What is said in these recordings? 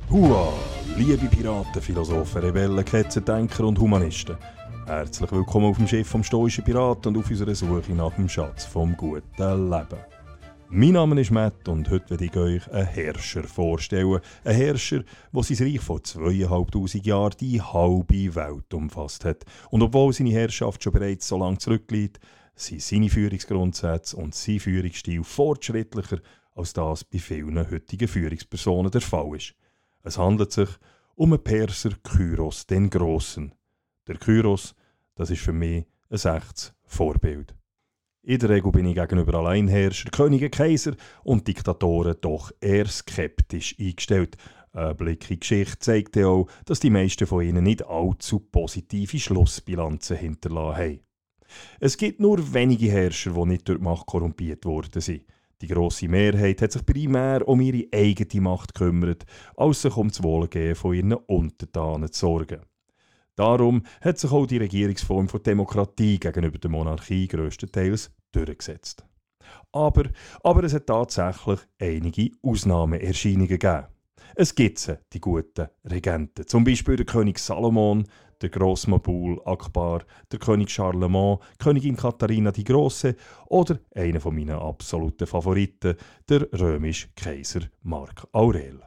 Hua, liebe Piraten, Philosophen, Rebellen, Ketzer, Denker und Humanisten. Herzlich willkommen auf dem Schiff vom stoischen Piraten und auf unserer Suche nach dem Schatz vom guten Leben. Mein Name ist Matt und heute werde ich euch einen Herrscher vorstellen. Ein Herrscher, der sein Reich vor 2500 Jahren die halbe Welt umfasst hat. Und obwohl seine Herrschaft schon bereits so lange zurückliegt, sind seine Führungsgrundsätze und sein Führungsstil fortschrittlicher, als das bei vielen heutigen Führungspersonen der Fall ist. Es handelt sich um einen Perser Kyros den Grossen. Der Kyros, das ist für mich ein echtes Vorbild. In der Regel bin ich gegenüber Alleinherrscher, Könige, Kaiser und Diktatoren doch eher skeptisch eingestellt. Ein Blick in die Geschichte zeigt ja auch, dass die meisten von ihnen nicht allzu positive Schlussbilanzen hinterlassen haben. Es gibt nur wenige Herrscher, die nicht durch die Macht korrumpiert worden sind. Die grosse Mehrheit hat sich primär um ihre eigene Macht gekümmert, als sich um das Wohlergehen von ihren Untertanen zu sorgen. Darum hat sich auch die Regierungsform von Demokratie gegenüber der Monarchie grösstenteils durchgesetzt. Aber es hat tatsächlich einige Ausnahmeerscheinungen gegeben. Es gibt die guten Regenten, zum Beispiel der König Salomon, der Grossmogul Akbar, der König Charlemagne, Königin Katharina die Grosse oder einer von meinen absoluten Favoriten, der römische Kaiser Mark Aurel.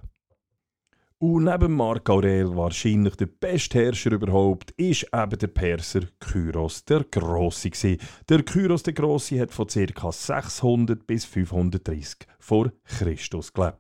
Und neben Mark Aurel wahrscheinlich der beste Herrscher überhaupt ist eben der Perser Kyros der Grosse gewesen. Der Kyros der Grosse hat von ca. 600 bis 530 vor Christus gelebt.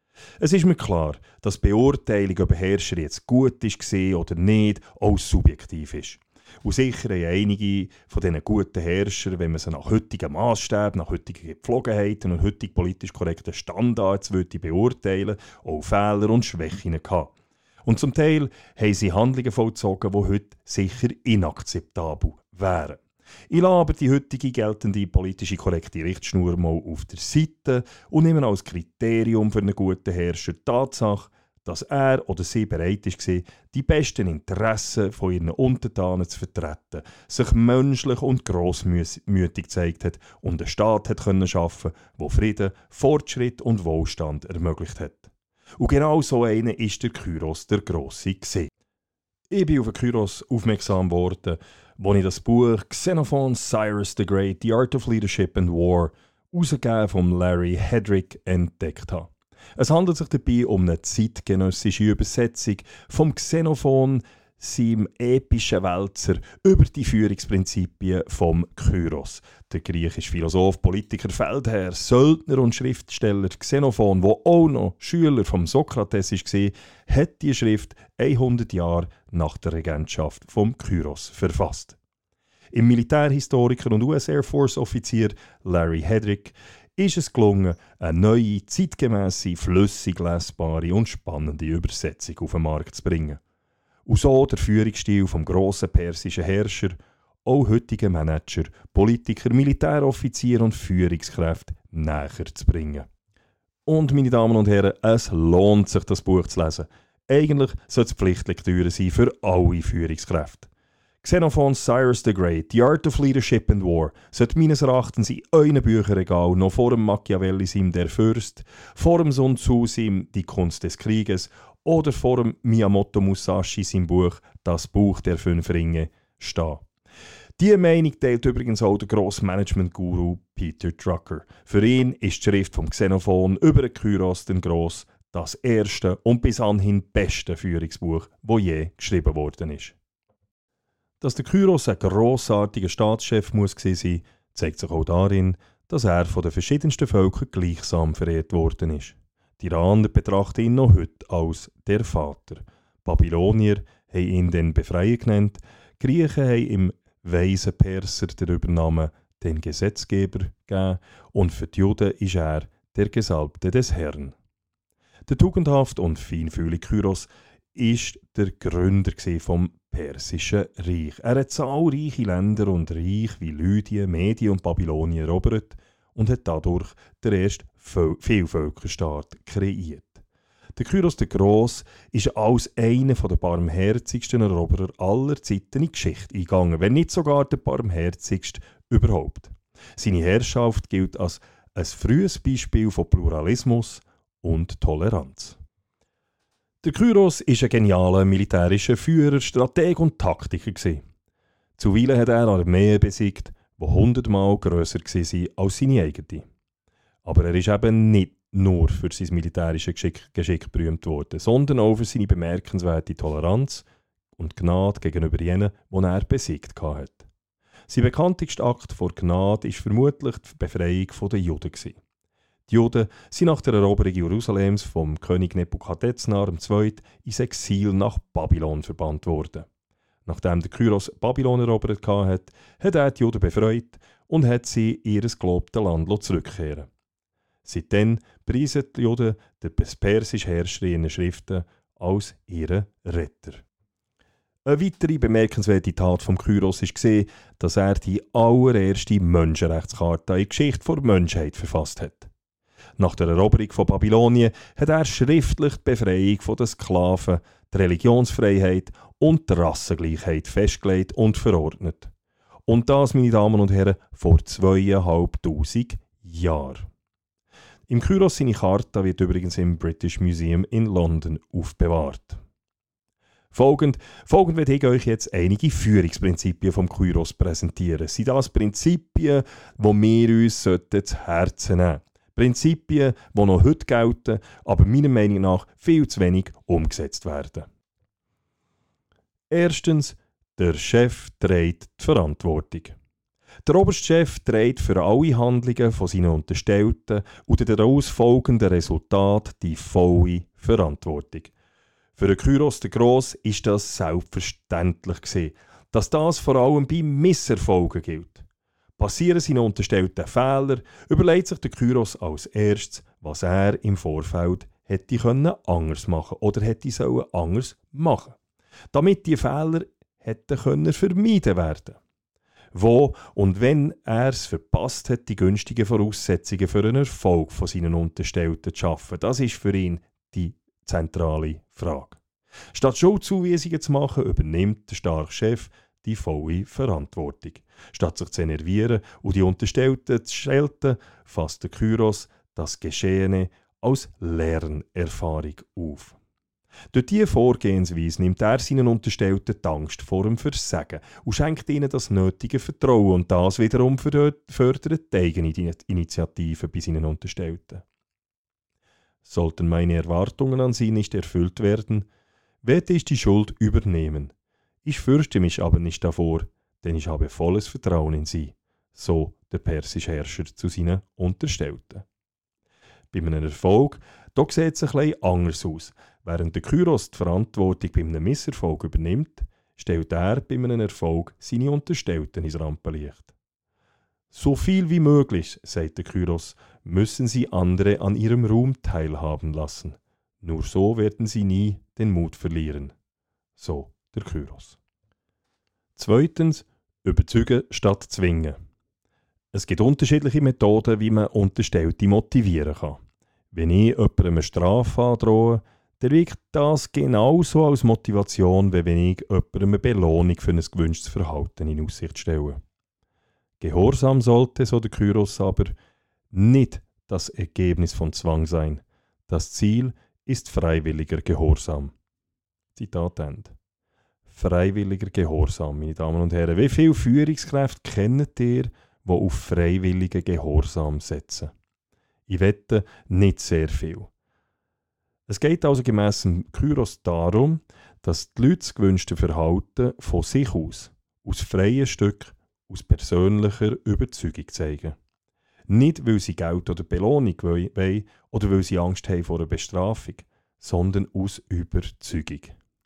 Es ist mir klar, dass die Beurteilung, ob ein Herrscher jetzt gut war oder nicht, auch subjektiv ist. Und sicher haben einige von diesen guten Herrschern, wenn man sie nach heutigen Maßstäben, nach heutigen Gepflogenheiten und heutig politisch korrekten Standards beurteilen, auch Fehler und Schwächen gehabt. Und zum Teil haben sie Handlungen vollzogen, die heute sicher inakzeptabel wären. Ich lasse aber die heutige geltende politische korrekte Richtschnur mal auf der Seite und nehme als Kriterium für einen guten Herrscher die Tatsache, dass er oder sie bereit war, die besten Interessen von ihren Untertanen zu vertreten, sich menschlich und grossmütig gezeigt hat und einen Staat hat schaffen konnte, der Frieden, Fortschritt und Wohlstand ermöglicht hat. Und genau so einer ist der Kyros der Grosse gewesen. Ich bin auf den Kyros aufmerksam geworden, als ich das Buch Xenophon Cyrus the Great, The Art of Leadership and War, herausgegeben von Larry Hedrick, entdeckt habe. Es handelt sich dabei um eine zeitgenössische Übersetzung vom Xenophon, seinem epischen Wälzer, über die Führungsprinzipien vom Kyros. Der griechische Philosoph, Politiker, Feldherr, Söldner und Schriftsteller Xenophon, der auch noch Schüler vom Sokrates war, hat die Schrift 100 Jahre nach der Regentschaft vom Kyros verfasst. Im Militärhistoriker und US Air Force Offizier Larry Hedrick ist es gelungen, eine neue, zeitgemässe, flüssig lesbare und spannende Übersetzung auf den Markt zu bringen. Und so der Führungsstil vom grossen persischen Herrscher, auch heutigen Manager, Politiker, Militäroffizier und Führungskräfte näher zu bringen. Und meine Damen und Herren, es lohnt sich, das Buch zu lesen. Eigentlich sollte es Pflichtlektüre sein für alle Führungskräfte. Xenophon Cyrus the Great, The Art of Leadership and War, sollte meines Erachtens in euren Bücherregal noch vor dem Machiavelli seinem Der Fürst, vor dem Sun Tzu seinem Die Kunst des Krieges oder vor dem Miyamoto Musashi seinem Buch Das Buch der 5 Ringe stehen. Diese Meinung teilt übrigens auch der grosse Management-Guru Peter Drucker. Für ihn ist die Schrift vom Xenophon über den Kyros den Gross das erste und bis anhin beste Führungsbuch, das je geschrieben worden ist. Dass der Kyros ein grossartiger Staatschef muss gewesen sein, zeigt sich auch darin, dass er von den verschiedensten Völkern gleichsam verehrt worden ist. Die Iraner betrachten ihn noch heute als der Vater. Babylonier haben ihn den Befreier genannt, Griechen haben im weisen Perser den Übernamen den Gesetzgeber gegeben und für die Juden ist er der Gesalbte des Herrn. Der tugendhaft und feinfühlige Kyros ist der Gründer vom Persischen Reich. Er hat zahlreiche Länder und Reiche wie Lydien, Medien und Babylonien erobert und hat dadurch den ersten Vielvölkerstaat kreiert. Der Kyros der Grosse ist als einer der barmherzigsten Eroberer aller Zeiten in die Geschichte eingegangen, wenn nicht sogar der barmherzigste überhaupt. Seine Herrschaft gilt als ein frühes Beispiel von Pluralismus und Toleranz. Der Kyros war ein genialer militärischer Führer, Strateg und Taktiker. Zuweilen hat er Armeen besiegt, die 100-mal grösser waren als seine eigene. Aber er ist eben nicht nur für sein militärisches Geschick berühmt worden, sondern auch für seine bemerkenswerte Toleranz und Gnade gegenüber jenen, die er besiegt hatte. Sein bekanntester Akt vor Gnade war vermutlich die Befreiung der Juden. Die Juden sind nach der Eroberung Jerusalems vom König Nebukadnezar II. Ins Exil nach Babylon verbannt worden. Nachdem der Kyros Babylon erobert hatte, hat er die Juden befreit und hat sie in ihr gelobtes Land zurückkehren. Seitdem preisen die Juden den persischen Herrscher in ihren Schriften als ihren Retter. Eine weitere bemerkenswerte Tat vom Kyros war, dass er die allererste Menschenrechtscharta in der Geschichte der Menschheit verfasst hat. Nach der Eroberung von Babylonien hat er schriftlich die Befreiung der Sklaven, die Religionsfreiheit und die Rassengleichheit festgelegt und verordnet. Und das, meine Damen und Herren, vor 2500 Jahren. Im Kyros seine Charta wird übrigens im British Museum in London aufbewahrt. Folgend werde ich euch jetzt einige Führungsprinzipien vom Kyros präsentieren. Sind das Prinzipien, die wir uns zu Herzen nehmen sollten? Prinzipien, die noch heute gelten, aber meiner Meinung nach viel zu wenig umgesetzt werden. Erstens, der Chef trägt die Verantwortung. Der oberste Chef trägt für alle Handlungen von seinen Unterstellten und den daraus folgenden Resultat die volle Verantwortung. Für den Kyros der Grosse ist das selbstverständlich gewesen, dass das vor allem bei Misserfolgen gilt. Passieren seine Unterstellten Fehler, überlegt sich der Kyros als erstes, was er im Vorfeld hätte anders machen oder hätte anders machen, damit die Fehler hätten vermieden werden. Wo und wenn er es verpasst hat, die günstigen Voraussetzungen für einen Erfolg von seinen Unterstellten zu schaffen, das ist für ihn die zentrale Frage. Statt Schuldzuweisungen zu machen, übernimmt der starke Chef die volle Verantwortung. Statt sich zu enervieren und die Unterstellten zu schelten, fasst der Kyros das Geschehene als Lernerfahrung auf. Durch diese Vorgehensweise nimmt er seinen Unterstellten die Angst vor dem Versagen und schenkt ihnen das nötige Vertrauen und das wiederum fördert die eigene Initiative bei seinen Unterstellten. Sollten meine Erwartungen an sie nicht erfüllt werden, werde ich die Schuld übernehmen. Ich fürchte mich aber nicht davor, denn ich habe volles Vertrauen in sie, so der persische Herrscher zu seinen Unterstellten. Bei einem Erfolg sieht es ein bisschen anders aus. Während der Kyros die Verantwortung bei einem Misserfolg übernimmt, stellt er bei einem Erfolg seine Unterstellten ins Rampenlicht. So viel wie möglich, sagt der Kyros, müssen sie andere an ihrem Ruhm teilhaben lassen. Nur so werden sie nie den Mut verlieren. So der Kyros. Zweitens, überzeugen statt zwingen. Es gibt unterschiedliche Methoden, wie man Unterstellte motivieren kann. Wenn ich jemandem eine Strafe androhe, dann wirkt das genauso als Motivation, wie wenn ich jemandem eine Belohnung für ein gewünschtes Verhalten in Aussicht stelle. Gehorsam sollte, so der Kyros, aber nicht das Ergebnis von Zwang sein. Das Ziel ist freiwilliger Gehorsam. Zitat Ende. Freiwilliger Gehorsam, meine Damen und Herren. Wie viele Führungskräfte kennt ihr, die auf freiwilligen Gehorsam setzen? Ich wette, nicht sehr viel. Es geht also gemäss dem Kyros darum, dass die Leute das gewünschte Verhalten von sich aus freien Stück, aus persönlicher Überzeugung zeigen. Nicht, weil sie Geld oder Belohnung wollen oder weil sie Angst haben vor einer Bestrafung, sondern aus Überzeugung.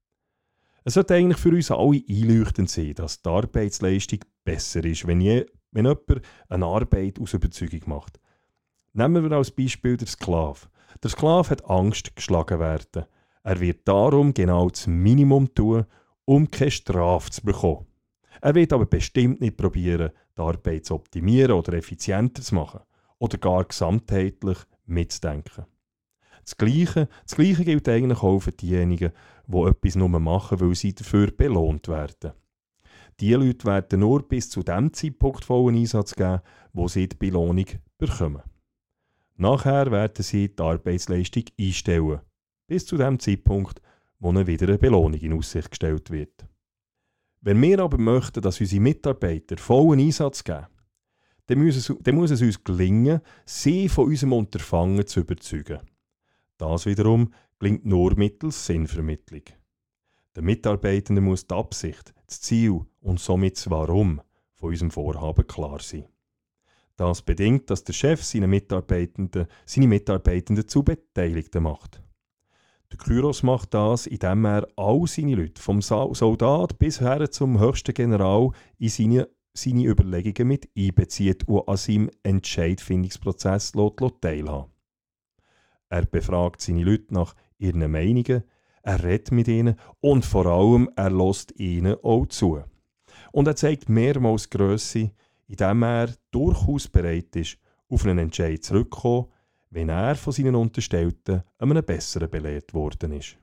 Es sollte eigentlich für uns alle einleuchtend sein, dass die Arbeitsleistung besser ist, wenn jemand eine Arbeit aus Überzeugung macht. Nehmen wir als Beispiel den Sklave. Der Sklave hat Angst, geschlagen werden. Er wird darum genau das Minimum tun, um keine Strafe zu bekommen. Er wird aber bestimmt nicht probieren, die Arbeit zu optimieren oder effizienter zu machen oder gar gesamtheitlich mitzudenken. Das Gleiche gilt eigentlich auch für diejenigen, die etwas nur machen, weil sie dafür belohnt werden. Diese Leute werden nur bis zu dem Zeitpunkt vollen Einsatz geben, wo sie die Belohnung bekommen. Nachher werden sie die Arbeitsleistung einstellen, bis zu dem Zeitpunkt, wo ihnen wieder eine Belohnung in Aussicht gestellt wird. Wenn wir aber möchten, dass unsere Mitarbeiter vollen Einsatz geben, dann muss es uns gelingen, sie von unserem Unterfangen zu überzeugen. Das wiederum gelingt nur mittels Sinnvermittlung. Der Mitarbeitende muss die Absicht, das Ziel und somit das Warum von unserem Vorhaben klar sein. Das bedingt, dass der Chef seine Mitarbeitenden zu Beteiligten macht. Der Kyros macht das, indem er all seine Leute, vom Soldat bis her zum höchsten General, in seine Überlegungen mit einbezieht und an seinem Entscheidfindungsprozess teilhaben. Er befragt seine Leute nach ihren Meinungen, er redet mit ihnen und vor allem er lässt ihnen auch zu. Und er zeigt mehrmals Grösse, indem er durchaus bereit ist, auf einen Entscheid zurückzukommen, wenn er von seinen Unterstellten einem besseren belehrt worden ist.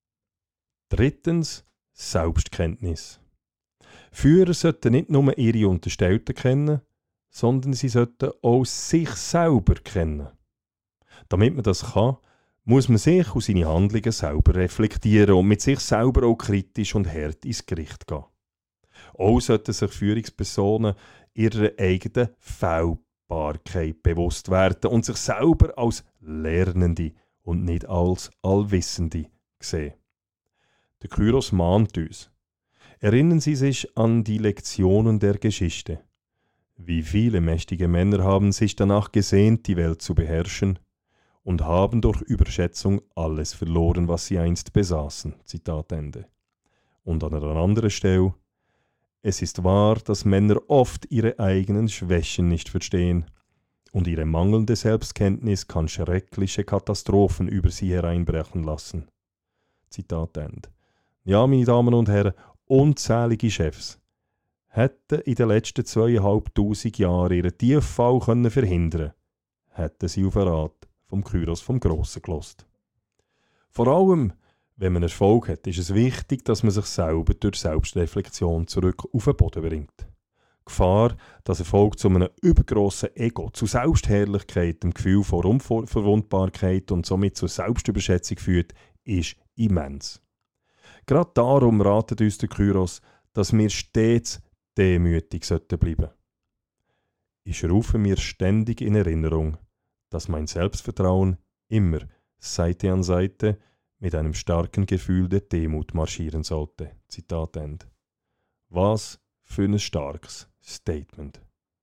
Drittens, Selbstkenntnis. Führer sollten nicht nur ihre Unterstellten kennen, sondern sie sollten auch sich selber kennen. Damit man das kann, muss man sich und seine Handlungen selber reflektieren und mit sich selber auch kritisch und hart ins Gericht gehen. Auch sollten sich Führungspersonen ihrer eigenen Fehlbarkeit bewusst werden und sich selber als Lernende und nicht als Allwissende sehen. Der Kyros mahnt uns. Erinnern Sie sich an die Lektionen der Geschichte. Wie viele mächtige Männer haben sich danach gesehnt, die Welt zu beherrschen, und haben durch Überschätzung alles verloren, was sie einst besaßen. Zitat Ende. Und an einer anderen Stelle: Es ist wahr, dass Männer oft ihre eigenen Schwächen nicht verstehen, und ihre mangelnde Selbstkenntnis kann schreckliche Katastrophen über sie hereinbrechen lassen. Zitat Ende. Ja, meine Damen und Herren, unzählige Chefs hätten in den letzten 2500 Jahren ihren Tieffall verhindern können, hätten sie auf den Rat vom Kyros vom Grossen gehört. Vor allem, wenn man Erfolg hat, ist es wichtig, dass man sich selber durch Selbstreflexion zurück auf den Boden bringt. Die Gefahr, dass Erfolg zu einem übergrossen Ego, zu Selbstherrlichkeit, dem Gefühl von Unverwundbarkeit und somit zur Selbstüberschätzung führt, ist immens. Gerade darum ratet uns der Kyros, dass wir stets demütig bleiben sollten. Ich rufe mir ständig in Erinnerung, dass mein Selbstvertrauen immer Seite an Seite mit einem starken Gefühl der Demut marschieren sollte. Zitat Ende. Was für ein starkes Statement.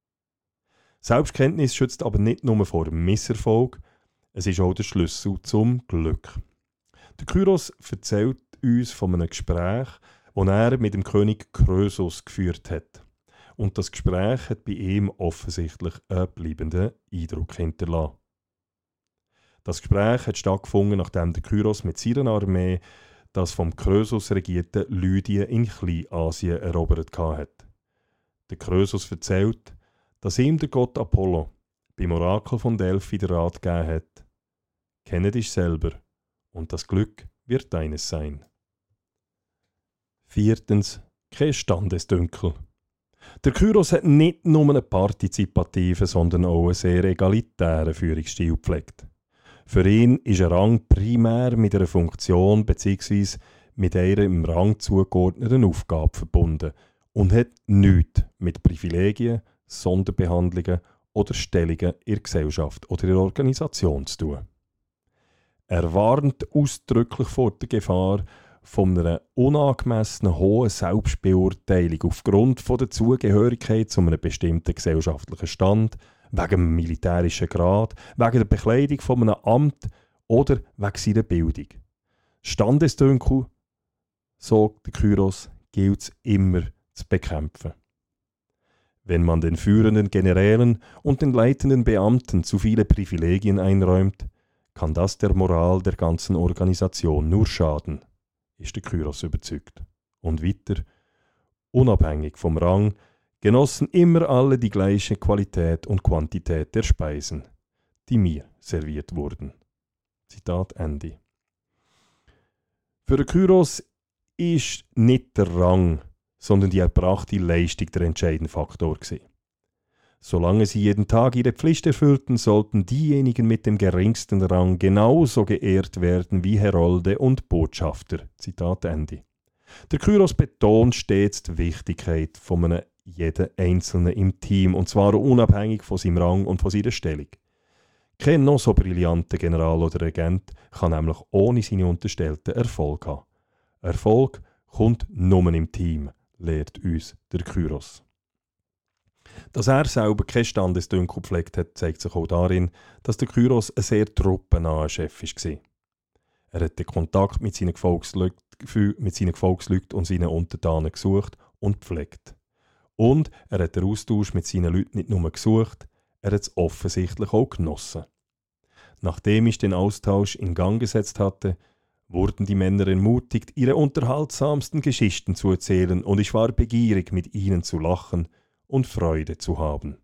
Selbstkenntnis schützt aber nicht nur vor Misserfolg, es ist auch der Schlüssel zum Glück. Der Kyros erzählt uns von einem Gespräch, das er mit dem König Krösus geführt hat. Und das Gespräch hat bei ihm offensichtlich einen bleibenden Eindruck hinterlassen. Das Gespräch hat stattgefunden, nachdem der Kyros mit seiner Armee das vom Krösus regierte Lydien in Kleinasien erobert hat. Der Krösus erzählt, dass ihm der Gott Apollo beim Orakel von Delphi den Rat gegeben hat: Kenne dich selber, und das Glück wird deines sein. Viertens, kein Standesdünkel. Der Kyros hat nicht nur einen partizipativen, sondern auch einen sehr egalitären Führungsstil gepflegt. Für ihn ist ein Rang primär mit einer Funktion bzw. mit einer im Rang zugeordneten Aufgabe verbunden und hat nichts mit Privilegien, Sonderbehandlungen oder Stellungen in der Gesellschaft oder in der Organisation zu tun. Er warnt ausdrücklich vor der Gefahr von einer unangemessenen hohen Selbstbeurteilung aufgrund der Zugehörigkeit zu einem bestimmten gesellschaftlichen Stand, wegen dem militärischen Grad, wegen der Bekleidung von einem Amt oder wegen seiner Bildung. Standesdünkel, sagt der Kyros, gilt es immer zu bekämpfen. Wenn man den führenden Generälen und den leitenden Beamten zu viele Privilegien einräumt, kann das der Moral der ganzen Organisation nur schaden, ist der Kyros überzeugt. Und weiter: Unabhängig vom Rang genossen immer alle die gleiche Qualität und Quantität der Speisen, die mir serviert wurden. Zitat Ende. Für den Kyros ist nicht der Rang, sondern die erbrachte Leistung der entscheidende Faktor gewesen. Solange sie jeden Tag ihre Pflicht erfüllten, sollten diejenigen mit dem geringsten Rang genauso geehrt werden wie Herolde und Botschafter. Zitat Ende. Der Kyros betont stets die Wichtigkeit von einem jeden Einzelnen im Team, und zwar unabhängig von seinem Rang und von seiner Stellung. Kein noch so brillanter General oder Regent kann nämlich ohne seine Unterstellten Erfolg haben. Erfolg kommt nur im Team, lehrt uns der Kyros. Dass er selber keinen Standesdünkel gepflegt hat, zeigt sich auch darin, dass der Kyros ein sehr truppennaher Chef war. Er hat den Kontakt mit seinen Gefolgsleuten und seinen Untertanen gesucht und gepflegt. Und er hat den Austausch mit seinen Leuten nicht nur gesucht, er hat es offensichtlich auch genossen. Nachdem ich den Austausch in Gang gesetzt hatte, wurden die Männer ermutigt, ihre unterhaltsamsten Geschichten zu erzählen, und ich war begierig, mit ihnen zu lachen und Freude zu haben.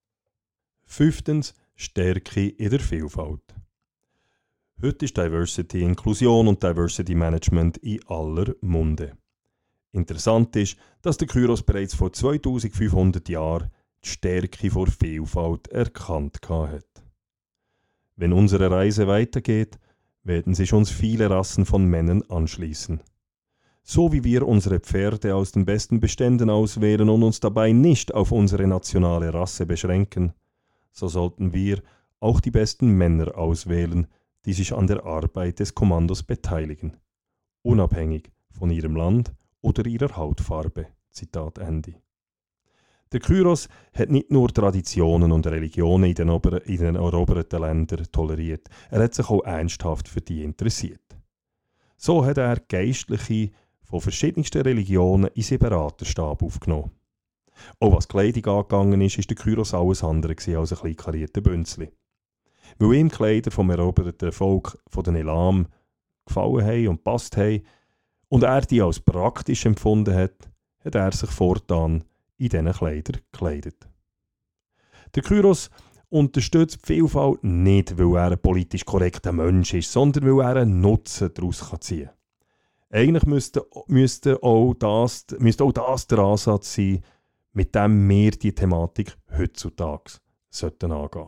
5. Stärke in der Vielfalt. Heute ist Diversity, Inklusion und Diversity Management in aller Munde. Interessant ist, dass der Kyros bereits vor 2500 Jahren die Stärke vor Vielfalt erkannt hat. Wenn unsere Reise weitergeht, werden sich uns viele Rassen von Männern anschließen. So wie wir unsere Pferde aus den besten Beständen auswählen und uns dabei nicht auf unsere nationale Rasse beschränken, so sollten wir auch die besten Männer auswählen, die sich an der Arbeit des Kommandos beteiligen, unabhängig von ihrem Land oder ihrer Hautfarbe. Zitat Ende. Der Kyros hat nicht nur Traditionen und Religionen in den eroberten Ländern toleriert, er hat sich auch ernsthaft für die interessiert. So hat er Geistliche von verschiedensten Religionen in seinen Beraterstab aufgenommen. Auch was Kleidung angegangen ist, der Kyros alles andere als ein klein karierter Bünzli. Weil ihm Kleider vom eroberten Volk von den Elam gefallen haben und passt haben und er die als praktisch empfunden hat, hat er sich fortan in diesen Kleidern gekleidet. Der Kyros unterstützt die Vielfalt nicht, weil er ein politisch korrekter Mensch ist, sondern weil er einen Nutzen daraus ziehen kann. Eigentlich müsste auch das der Ansatz sein, mit dem wir die Thematik heutzutage angehen sollten.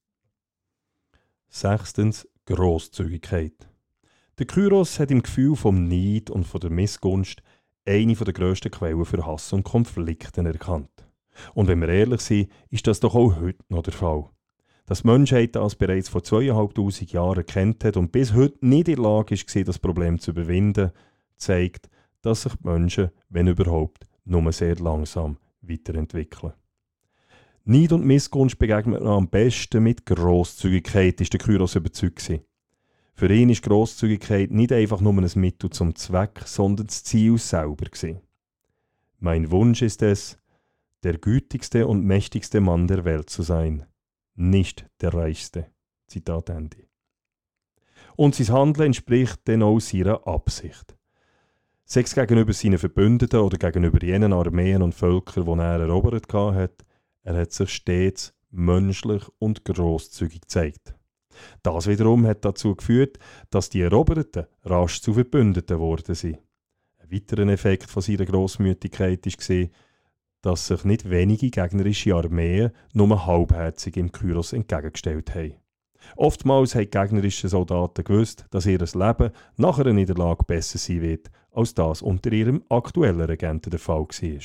6. Grosszügigkeit. Der Kyros hat im Gefühl vom Neid und von der Missgunst eine der grössten Quellen für Hass und Konflikte erkannt. Und wenn wir ehrlich sind, ist das doch auch heute noch der Fall. Dass die Menschheit das bereits vor 2500 Jahren erkannt hat und bis heute nicht in der Lage war, das Problem zu überwinden, zeigt, dass sich die Menschen, wenn überhaupt, nur sehr langsam weiterentwickeln. Neid und Missgunst begegnet man am besten mit Grosszügigkeit, ist der Kyros überzeugt. Für ihn ist Grosszügigkeit nicht einfach nur ein Mittel zum Zweck, sondern das Ziel selber. Mein Wunsch ist es, der gütigste und mächtigste Mann der Welt zu sein, nicht der reichste. Zitat Ende. Und sein Handeln entspricht dann auch seiner Absicht. Sei es gegenüber seinen Verbündeten oder gegenüber jenen Armeen und Völkern, die er erobert hat, er hat sich stets menschlich und grosszügig gezeigt. Das wiederum hat dazu geführt, dass die Eroberten rasch zu Verbündeten geworden sind. Ein weiterer Effekt von seiner Grossmütigkeit war, dass sich nicht wenige gegnerische Armeen nur halbherzig im Kyros entgegengestellt haben. Oftmals haben die gegnerischen Soldaten gewusst, dass ihr Leben nach einer Niederlage besser sein wird, als das unter ihrem aktuellen Regenten der Fall war.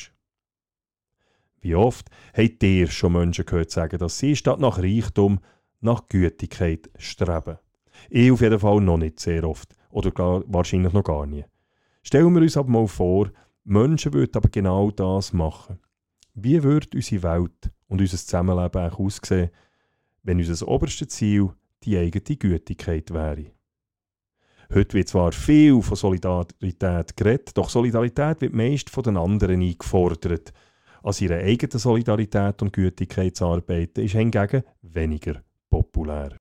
Wie oft habt ihr schon Menschen gehört sagen, dass sie statt nach Reichtum nach Gütigkeit streben? Ich auf jeden Fall noch nicht sehr oft oder wahrscheinlich noch gar nie. Stellen wir uns aber mal vor, Menschen würden aber genau das machen. Wie würde unsere Welt und unser Zusammenleben eigentlich aussehen, wenn unser oberstes Ziel die eigene Gütigkeit wäre? Heute wird zwar viel von Solidarität geredet, doch Solidarität wird meist von den anderen eingefordert. An ihrer eigenen Solidarität und Gütigkeit zu arbeiten, ist hingegen weniger populär.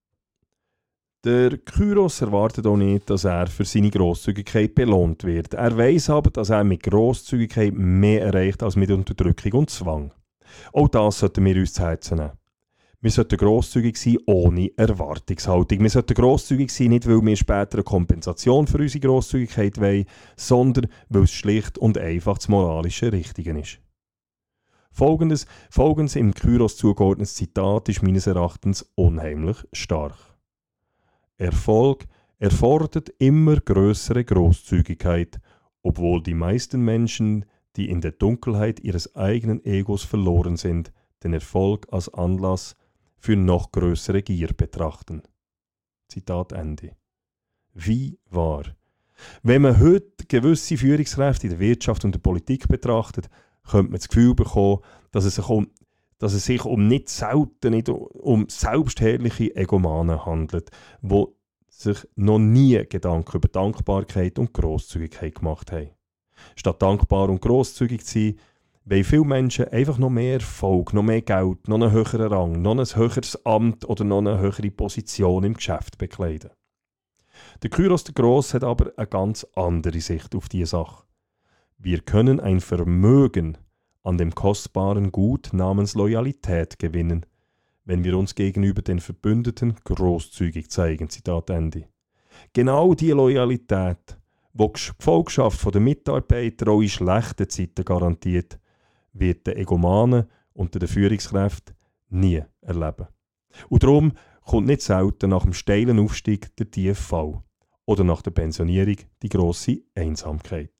Der Kyros erwartet auch nicht, dass er für seine Grosszügigkeit belohnt wird. Er weiss aber, dass er mit Grosszügigkeit mehr erreicht als mit Unterdrückung und Zwang. Auch das sollten wir uns zu Herzen nehmen. Wir sollten grosszügig sein ohne Erwartungshaltung. Wir sollten grosszügig sein, nicht weil wir später eine Kompensation für unsere Grosszügigkeit wollen, sondern weil es schlicht und einfach das moralische Richtige ist. Folgendes im Kyros zugeordnetes Zitat ist meines Erachtens unheimlich stark. Erfolg erfordert immer größere Großzügigkeit, obwohl die meisten Menschen, die in der Dunkelheit ihres eigenen Egos verloren sind, den Erfolg als Anlass für noch größere Gier betrachten. Zitat Ende. Wie wahr. Wenn man heute gewisse Führungskräfte in der Wirtschaft und der Politik betrachtet, könnte man das Gefühl bekommen, dass es sich um nicht selten um selbstherrliche Egomanen handelt, die sich noch nie Gedanken über Dankbarkeit und Grosszügigkeit gemacht haben. Statt dankbar und grosszügig zu sein, wollen viele Menschen einfach noch mehr Erfolg, noch mehr Geld, noch einen höheren Rang, noch ein höheres Amt oder noch eine höhere Position im Geschäft bekleiden. Der Kyros der Grosse hat aber eine ganz andere Sicht auf diese Sache. Wir können ein Vermögen an dem kostbaren Gut namens Loyalität gewinnen, wenn wir uns gegenüber den Verbündeten großzügig zeigen. Zitat Ende. Genau diese Loyalität, die die Gefolgschaft der Mitarbeiter auch in schlechten Zeiten garantiert, wird der Egomanen unter den Führungskräften nie erleben. Und darum kommt nicht selten nach dem steilen Aufstieg der tiefe Fall oder nach der Pensionierung die grosse Einsamkeit.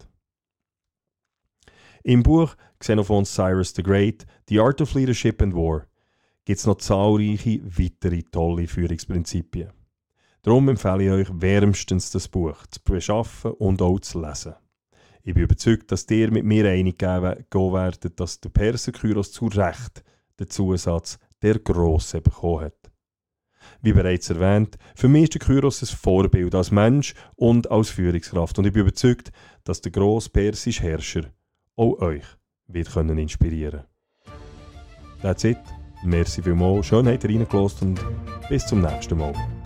Im Buch Xenophon's Cyrus the Great, The Art of Leadership and War, gibt es noch zahlreiche weitere tolle Führungsprinzipien. Darum empfehle ich euch wärmstens das Buch zu beschaffen und auch zu lesen. Ich bin überzeugt, dass ihr mit mir einig gehen werdet, dass der Perser Kyros zu Recht den Zusatz «der Grosse» bekommen hat. Wie bereits erwähnt, für mich ist der Kyros ein Vorbild als Mensch und als Führungskraft und ich bin überzeugt, dass der grosse persische Herrscher auch euch wird inspirieren können. That's it. Merci vielmals. Schön habt ihr reingelassen und bis zum nächsten Mal.